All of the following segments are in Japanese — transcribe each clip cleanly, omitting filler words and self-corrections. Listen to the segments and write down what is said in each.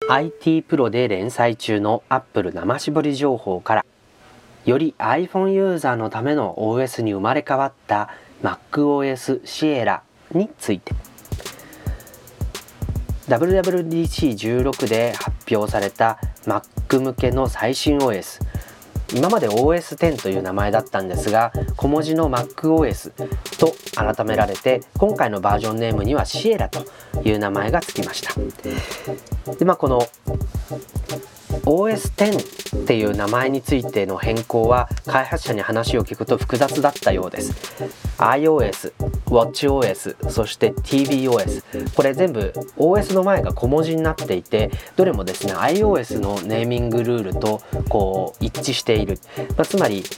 IT プロで連載中の Apple 生絞り情報から、より iPhone ユーザーのための OS に生まれ変わった MacOS Sierra について、 WWDC16 で発表された Mac 向けの最新 OS、 今まで OS10 という名前だったんですが、小文字の MacOS と改められて、今回のバージョンネームには Sierra という名前がつきました。で、この OS10 っていう名前についての変更は開発者に話を聞くと複雑だったようです。 iOS、WatchOS、そして tvOS、 これ全部 OS の前が小文字になっていて、どれもですね iOS のネーミングルールと一致している、つまり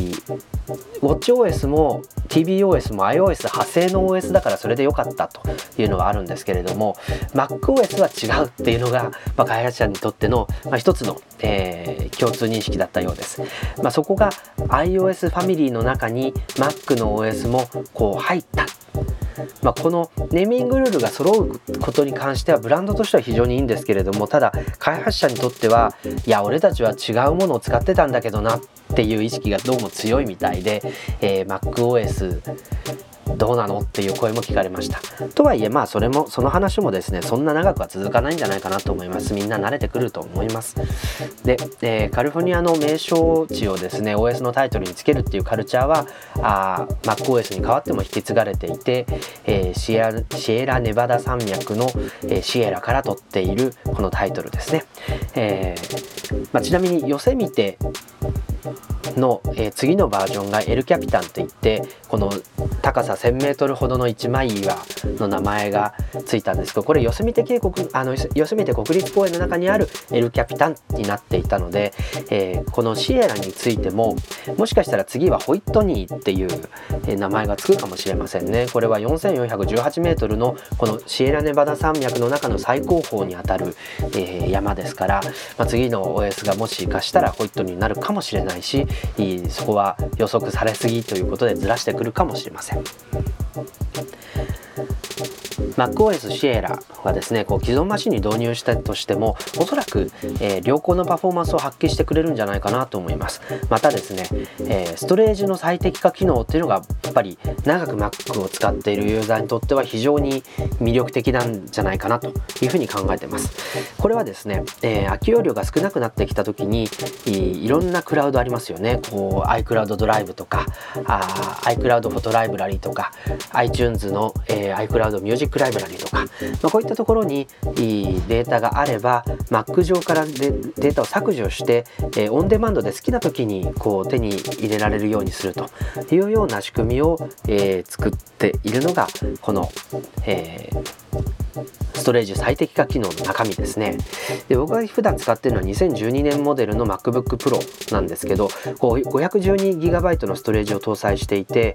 WatchOS も tvOS も iOS 派生の OS だからそれで良かったというのはあるんですけれども、 MacOS は違うっていうのが、開発者にとっての、一つの、共通認識だったようです。そこが iOS ファミリーの中に Mac の OS も入った。このネーミングルールが揃うことに関してはブランドとしては非常にいいんですけれども、ただ開発者にとっては、いや俺たちは違うものを使ってたんだけどなっていう意識がどうも強いみたいで、MacOS どうなのっていう声も聞かれました。とはいえその話もですね、そんな長くは続かないんじゃないかなと思います。みんな慣れてくると思います。で、カリフォルニアの名称地をですね OS のタイトルにつけるっていうカルチャーはMacOS に代わっても引き継がれていて、シエラネバダ山脈の、シエラから取っているこのタイトルですね。ちなみにヨセミテの、次のバージョンがエルキャピタンといって、この高さ 1000m ほどの一枚岩の名前がついたんですけど、これヨセミテ国立公園の中にあるエルキャピタンになっていたので、このシエラについてももしかしたら次はホイットニーっていう、名前がつくかもしれませんね。これは 4418m のこのシエラネバダ山脈の中の最高峰にあたる、山ですから、次の OS がもしかしたらホイットニーになるかもしれないし、そこは予測されすぎということでずらしてくるかもしれません。MacOS Sierra はですね、既存マシンに導入したとしてもおそらく、良好なパフォーマンスを発揮してくれるんじゃないかなと思います。またですね、ストレージの最適化機能っていうのがやっぱり長く Mac を使っているユーザーにとっては非常に魅力的なんじゃないかなというふうに考えてます。これはですね、空き容量が少なくなってきた時にいろんなクラウドありますよね。iCloud ドライブとかiCloud フォトライブラリとか iTunes の、iCloud ミュージックライブラリとか、こういったところにデータがあれば Mac 上からデータを削除して、オンデマンドで好きな時に手に入れられるようにするというような仕組みを、作っているのがこの、ストレージ最適化機能の中身ですね。で、僕が普段使っているのは2012年モデルの MacBook Pro なんですけど、512GB のストレージを搭載していて、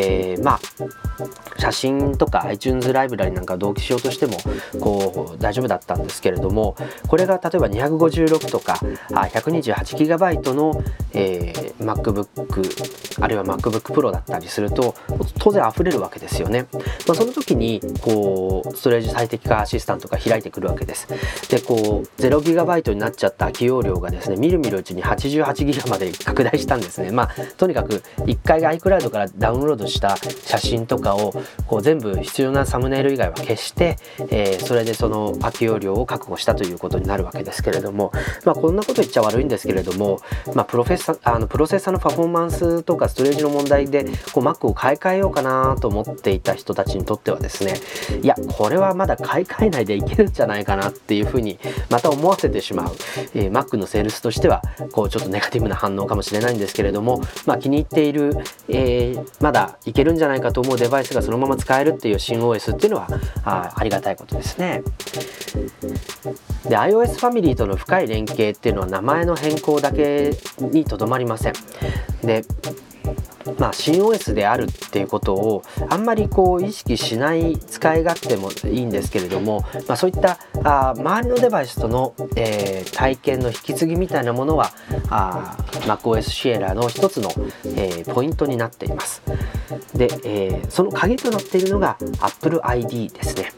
写真とか iTunes ライブラリなんかを同期しようとしても大丈夫だったんですけれども、これが例えば256とか128GB の、MacBook あるいは MacBook Pro だったりすると当然溢れるわけですよね。その時にストレージ最適化アシスタントが開いてくるわけです。で0GB になっちゃった空き容量がですね、みるみるうちに 88GB まで拡大したんですね。とにかく1回 iCloud からダウンロードした写真とかを全部必要なサムネイル以外は消して、それでその空き容量を確保したということになるわけですけれども、こんなこと言っちゃ悪いんですけれども、プロセッサーのパフォーマンスとかストレージの問題でMac を買い替えようかなと思っていた人たちにとってはですね、いやこれはまだ買い替えないでいけるんじゃないかなっていうふうにまた思わせてしまう、Mac のセールスとしてはちょっとネガティブな反応かもしれないんですけれども、気に入っている、まだいけるんじゃないかと思うデバイスがそのまま使えるっていう新 OS っていうのはありがたいことですね。で iOS ファミリーとの深い連携っていうのは名前の変更だけにとどまりません。で新 OS であるっていうことをあんまり意識しない使い勝手もいいんですけれども、そういった周りのデバイスとの、体験の引き継ぎみたいなものはMacOS Sierra の一つの、ポイントになっています。で、その鍵となっているのが Apple ID ですね。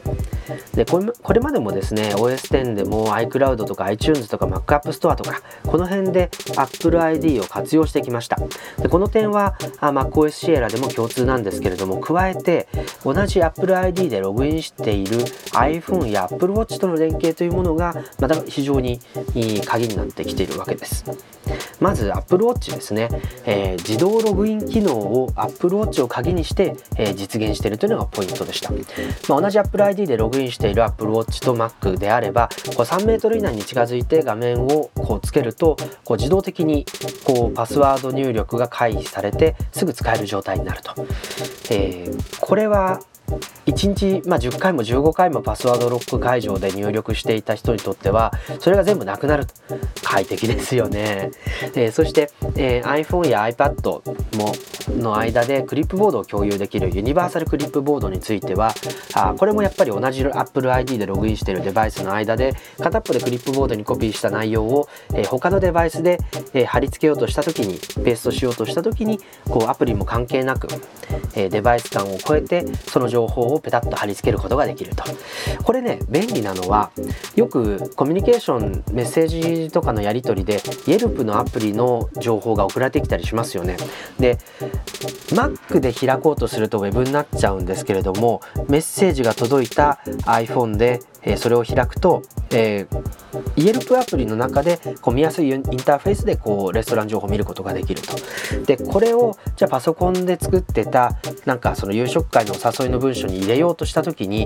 でこれまでもですね OS X でも iCloud とか iTunes とか Mac App Store とかこの辺で Apple ID を活用してきました。でこの点はMacOS Sierra でも共通なんですけれども、加えて同じ Apple ID でログインしている iPhone や Apple Watch との連携というものがまた非常にいい鍵になってきているわけです。まず Apple Watch ですね、自動ログイン機能を Apple Watch を鍵にして、実現しているというのがポイントでした。同じ Apple ID でログインしている Apple Watch と Mac であれば3メートル以内に近づいて画面をつけると自動的にパスワード入力が回避されてすぐ使える状態になると。これは1日、10回も15回もパスワードロック解除で入力していた人にとってはそれが全部なくなると快適ですよね。そして、iPhone や iPad の間でクリップボードを共有できるユニバーサルクリップボードについてはこれもやっぱり同じ Apple ID でログインしているデバイスの間で片っぽでクリップボードにコピーした内容を、他のデバイスで、貼り付けようとした時にペーストしようとした時にアプリも関係なく、デバイス間を超えてその情報をペタッと貼り付けることができると。これね便利なのはよくコミュニケーションメッセージとかのやり取りで Yelp のアプリの情報が送られてきたりしますよね。で Mac で開こうとすると Web になっちゃうんですけれども、メッセージが届いた iPhone でそれを開くと、Yelp アプリの中で見やすいインターフェースでレストラン情報を見ることができると。でこれをじゃあパソコンで作ってたその夕食会のお誘いの文書に入れようとした時に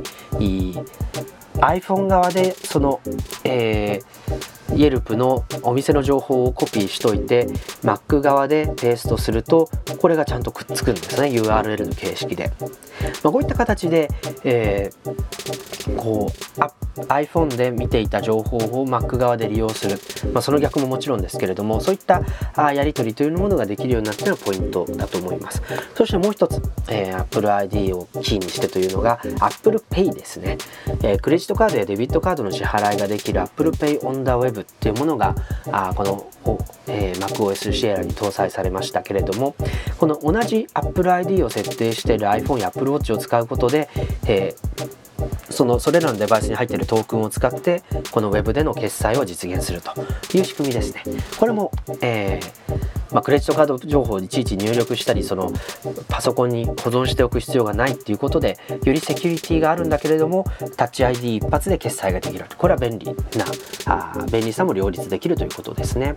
iPhone 側でその、Yelp のお店の情報をコピーしといて Mac 側でペーストするとこれがちゃんとくっつくんですね、 URL の形式で。こういった形で、iPhone で見ていた情報を Mac 側で利用する、その逆ももちろんですけれども、そういったやり取りというものができるようになったのがポイントだと思います。そしてもう一つ、Apple ID をキーにしてというのが Apple Pay ですね。クレジットカードやデビットカードの支払いができる Apple Pay on the Web っていうものがこのMacOS Sierra に搭載されましたけれども、この同じ Apple ID を設定している iPhone や Apple Watch を使うことで、それらのデバイスに入っているトークンを使ってこの Web での決済を実現するという仕組みですね。これも、クレジットカード情報をいちいち入力したりパソコンに保存しておく必要がないっていうことでよりセキュリティがあるんだけれどもタッチ ID 一発で決済ができる。これは便利さも両立できるということですね。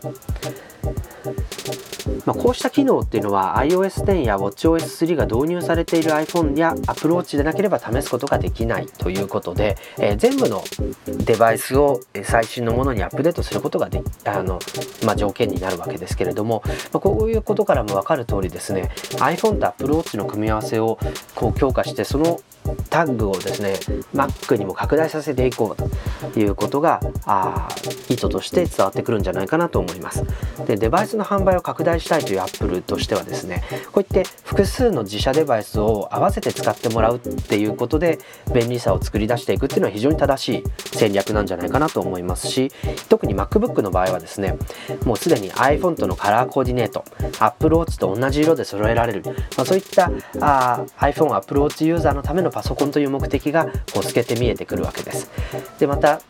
こうした機能っていうのは iOS X や WatchOS 3が導入されている iPhone や Apple Watch でなければ試すことができないということで、全部のデバイスを最新のものにアップデートすることが条件になるわけですけれども、こういうことからも分かる通りですね iPhone と Apple Watch の組み合わせを強化してそのタッグをですね Mac にも拡大させていこうということが意図として伝わってくるんじゃないかなと思います。でデバイスの販売を拡大したいという Apple としてはですねこういって複数の自社デバイスを合わせて使ってもらうっていうことで便利さを作り出していくっていうのは非常に正しい戦略なんじゃないかなと思いますし、特に MacBook の場合はですねもうすでに iPhone とのカラーコーディネート Apple Watch と同じ色で揃えられる、そういったiPhone Apple Watch ユーザーのためのパソコンという目的が透けて見えてくるわけです。でまた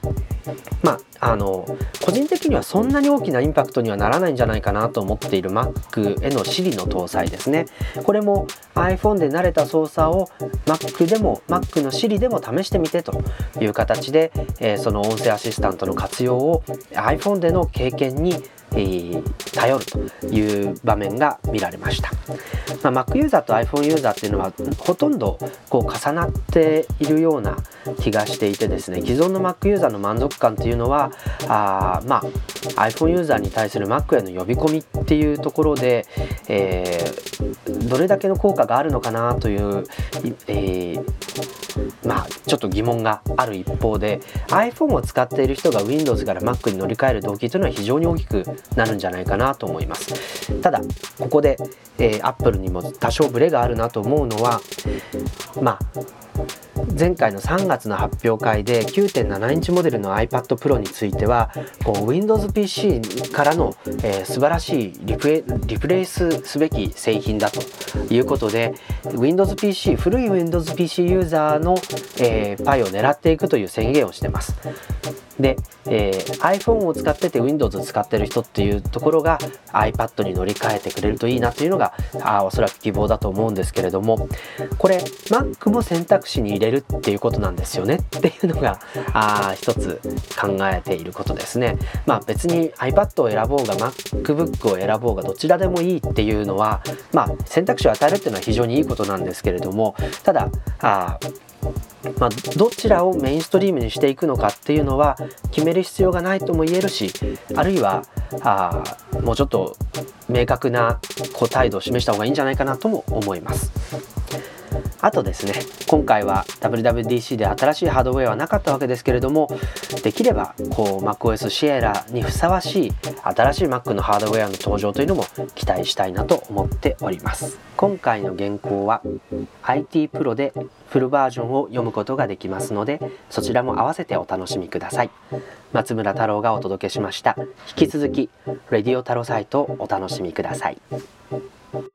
個人的にはそんなに大きなインパクトにはならないんじゃないかなと思っている Mac への Siri の搭載ですね。これも iPhone で慣れた操作を Mac の Siri でも試してみてという形で、その音声アシスタントの活用を iPhone での経験に頼るという場面が見られました。Mac ユーザーと iPhone ユーザーっていうのはほとんど重なっているような気がしていてですね、既存の Mac ユーザーの満足感というのはiPhone ユーザーに対する Mac への呼び込みっていうところで、どれだけの効果があるのかなという、ちょっと疑問がある一方で iPhone を使っている人が Windows から Mac に乗り換える動機というのは非常に大きくなるんじゃないかなと思います。ただここで、Apple にも多少ブレがあるなと思うのは、前回の3月の発表会で 9.7 インチモデルの iPad Pro についてはWindows PC からの、素晴らしいリプレイスすべき製品だということで、Windows PC 古い Windows PC ユーザーの、パイを狙っていくという宣言をしてます。で、iPhone を使ってて Windows を使ってる人っていうところが iPad に乗り換えてくれるといいなというのがおそらく希望だと思うんですけれども、これ Mac も選択肢に入れるっていうことなんですよねっていうのが一つ考えていることですね。別に iPad を選ぼうが MacBook を選ぼうがどちらでもいいっていうのは、選択肢を与えるっていうのは非常にいいことなんですけれども、ただどちらをメインストリームにしていくのかっていうのは決める必要がないとも言えるし、あるいはもうちょっと明確な態度を示した方がいいんじゃないかなとも思います。あとですね、今回は WWDC で新しいハードウェアはなかったわけですけれども、できればMacOS Sierra にふさわしい新しい Mac のハードウェアの登場というのも期待したいなと思っております。今回の原稿は IT プロでフルバージョンを読むことができますので、そちらも合わせてお楽しみください。松村太郎がお届けしました。引き続きレディオ太郎サイトをお楽しみください。